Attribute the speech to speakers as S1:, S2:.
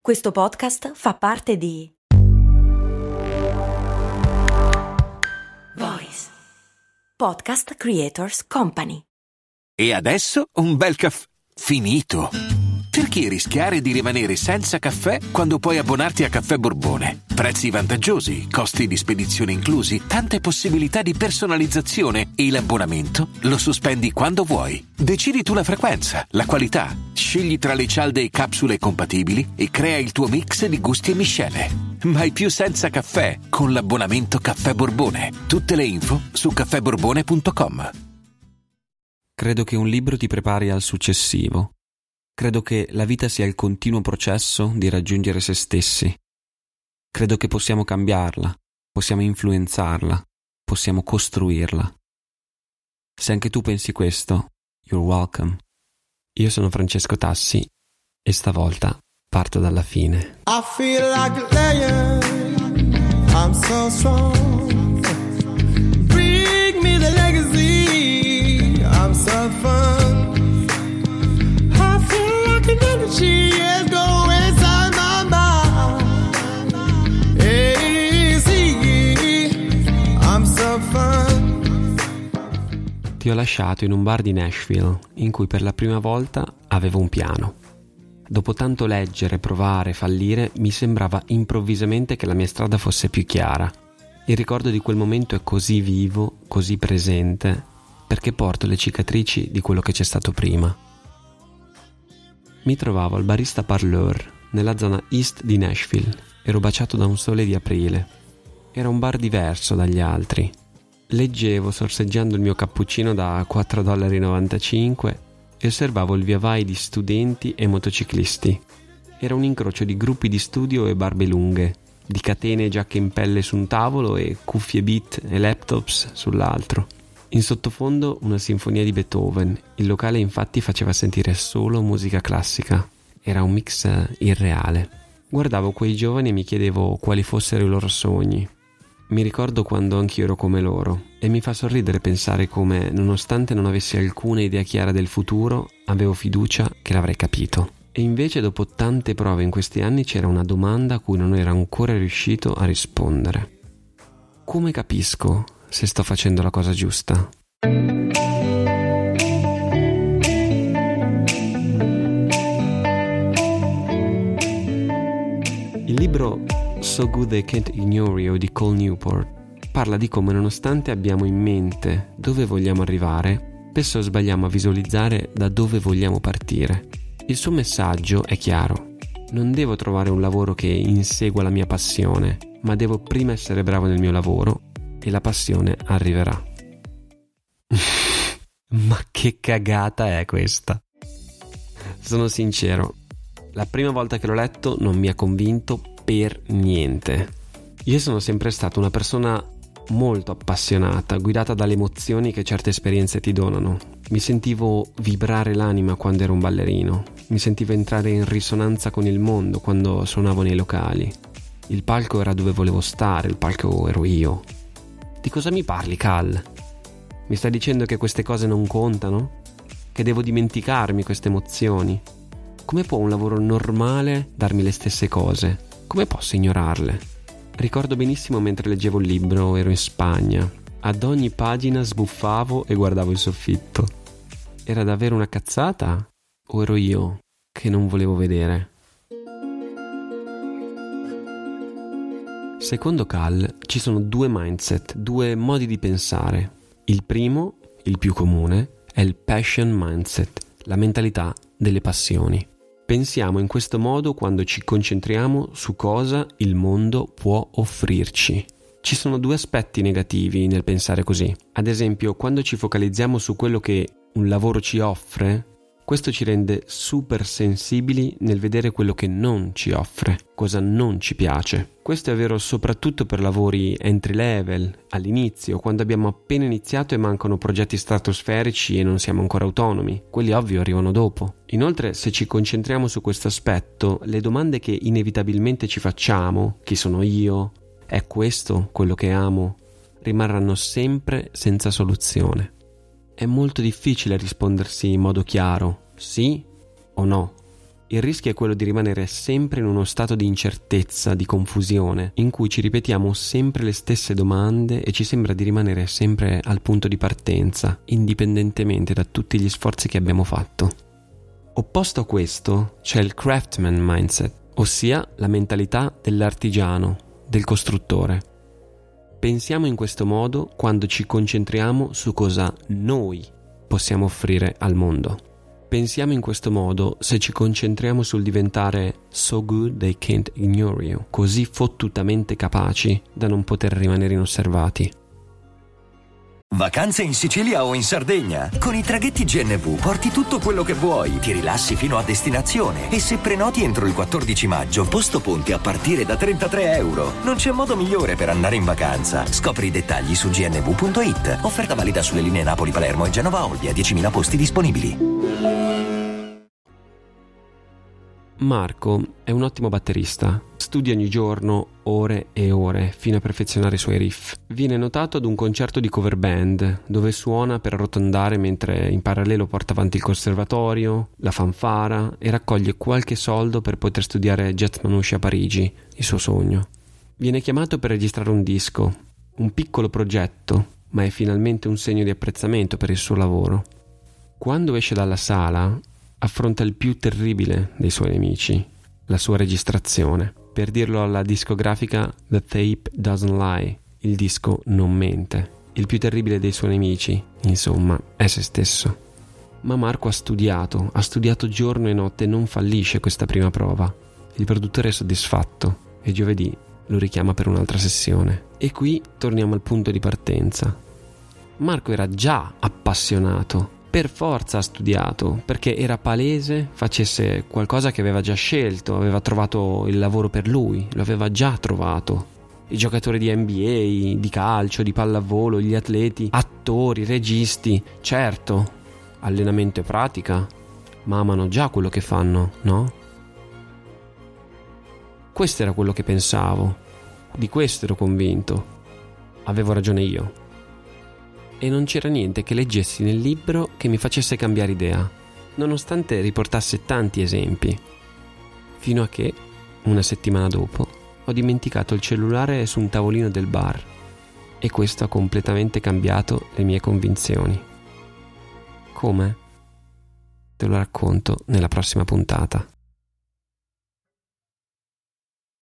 S1: Questo podcast fa parte di Voice Podcast Creators Company.
S2: E adesso un bel caffè finito. Perché rischiare di rimanere senza caffè quando puoi abbonarti a Caffè Borbone? Prezzi vantaggiosi, costi di spedizione inclusi, tante possibilità di personalizzazione e l'abbonamento lo sospendi quando vuoi. Decidi tu la frequenza, la qualità, scegli tra le cialde e capsule compatibili e crea il tuo mix di gusti e miscele. Mai più senza caffè con l'abbonamento Caffè Borbone. Tutte le info su caffèborbone.com.
S3: Credo che un libro ti prepari al successivo. Credo che la vita sia il continuo processo di raggiungere se stessi. Credo che possiamo cambiarla, possiamo influenzarla, possiamo costruirla. Se anche tu pensi questo, you're welcome. Io sono Francesco Tassi e stavolta parto dalla fine.
S4: I feel like a lion, I'm so strong. Bring me the legacy, I'm so fun. I feel like an energy is going inside my mind. Hey, see, I'm so fun.
S3: Ti ho lasciato in un bar di Nashville in cui per la prima volta avevo un piano. Dopo tanto leggere, provare, fallire, mi sembrava improvvisamente che la mia strada fosse più chiara. Il ricordo di quel momento è così vivo, così presente, perché porto le cicatrici di quello che c'è stato prima. Mi trovavo al Barista Parleur, nella zona east di Nashville. Ero baciato da un sole di aprile. Era un bar diverso dagli altri. Leggevo sorseggiando il mio cappuccino da $4,95 e osservavo il via vai di studenti e motociclisti. Era un incrocio di gruppi di studio e barbe lunghe, di catene e giacche in pelle su un tavolo e cuffie Beat e laptops sull'altro. In sottofondo una sinfonia di Beethoven. Il locale infatti faceva sentire solo musica classica. Era un mix irreale. Guardavo quei giovani e mi chiedevo quali fossero i loro sogni. Mi ricordo quando anch'io ero come loro e mi fa sorridere pensare come, nonostante non avessi alcuna idea chiara del futuro, avevo fiducia che l'avrei capito. E invece dopo tante prove in questi anni c'era una domanda a cui non ero ancora riuscito a rispondere. Come capisco se sto facendo la cosa giusta? Il libro So Good They Can't Ignore You di Cal Newport parla di come, nonostante abbiamo in mente dove vogliamo arrivare, spesso sbagliamo a visualizzare da dove vogliamo partire. Il suo messaggio è chiaro: non devo trovare un lavoro che insegua la mia passione, ma devo prima essere bravo nel mio lavoro e la passione arriverà. Ma che cagata è questa? Sono sincero, la prima volta che l'ho letto non mi ha convinto per niente. Io sono sempre stata una persona molto appassionata, guidata dalle emozioni che certe esperienze ti donano. Mi sentivo vibrare l'anima quando ero un ballerino, mi sentivo entrare in risonanza con il mondo quando suonavo nei locali. Il palco era dove volevo stare, il palco ero io. Di cosa mi parli, Cal? Mi stai dicendo che queste cose non contano? Che devo dimenticarmi queste emozioni? Come può un lavoro normale darmi le stesse cose? Come posso ignorarle? Ricordo benissimo mentre leggevo il libro, ero in Spagna. Ad ogni pagina sbuffavo e guardavo il soffitto. Era davvero una cazzata? O ero io che non volevo vedere? Secondo Cal ci sono due mindset, due modi di pensare. Il primo, il più comune, è il passion mindset, la mentalità delle passioni. Pensiamo in questo modo quando ci concentriamo su cosa il mondo può offrirci. Ci sono due aspetti negativi nel pensare così. Ad esempio, quando ci focalizziamo su quello che un lavoro ci offre, questo ci rende super sensibili nel vedere quello che non ci offre, cosa non ci piace. Questo è vero soprattutto per lavori entry level, all'inizio, quando abbiamo appena iniziato e mancano progetti stratosferici e non siamo ancora autonomi. Quelli ovvio arrivano dopo. Inoltre, se ci concentriamo su questo aspetto, le domande che inevitabilmente ci facciamo, chi sono io? È questo quello che amo? Rimarranno sempre senza soluzione. È molto difficile rispondersi in modo chiaro, sì o no. Il rischio è quello di rimanere sempre in uno stato di incertezza, di confusione, in cui ci ripetiamo sempre le stesse domande e ci sembra di rimanere sempre al punto di partenza, indipendentemente da tutti gli sforzi che abbiamo fatto. Opposto a questo c'è il craftsman mindset, ossia la mentalità dell'artigiano, del costruttore. Pensiamo in questo modo quando ci concentriamo su cosa noi possiamo offrire al mondo. Pensiamo in questo modo se ci concentriamo sul diventare so good they can't ignore you, così fottutamente capaci da non poter rimanere inosservati.
S5: Vacanze in Sicilia o in Sardegna? Con i traghetti GNV porti tutto quello che vuoi, ti rilassi fino a destinazione e se prenoti entro il 14 maggio, posto ponti a partire da €33. Non c'è modo migliore per andare in vacanza. Scopri i dettagli su gnv.it. Offerta valida sulle linee Napoli-Palermo e Genova-Olbia, 10.000 posti disponibili.
S3: Marco è un ottimo batterista. Studia ogni giorno ore e ore fino a perfezionare i suoi riff. Viene notato ad un concerto di cover band dove suona per arrotondare mentre in parallelo porta avanti il conservatorio, la fanfara e raccoglie qualche soldo per poter studiare jazz manouche a Parigi, il suo sogno. Viene chiamato per registrare un disco, un piccolo progetto, ma è finalmente un segno di apprezzamento per il suo lavoro. Quando esce dalla sala affronta il più terribile dei suoi nemici, la sua registrazione. Per dirlo alla discografica, The Tape Doesn't Lie, il disco non mente. Il più terribile dei suoi nemici, insomma, è se stesso. Ma Marco ha studiato giorno e notte e non fallisce questa prima prova. Il produttore è soddisfatto e giovedì lo richiama per un'altra sessione. E qui torniamo al punto di partenza. Marco era già appassionato. Per forza ha studiato, perché era palese facesse qualcosa che aveva già scelto, aveva trovato il lavoro per lui, lo aveva già trovato. I giocatori di NBA, di calcio, di pallavolo, gli atleti, attori, registi, certo, allenamento e pratica, ma amano già quello che fanno, no? Questo era quello che pensavo, di questo ero convinto, avevo ragione io. E non c'era niente che leggessi nel libro che mi facesse cambiare idea, nonostante riportasse tanti esempi. Fino a che, una settimana dopo, ho dimenticato il cellulare su un tavolino del bar e questo ha completamente cambiato le mie convinzioni. Come? Te lo racconto nella prossima puntata.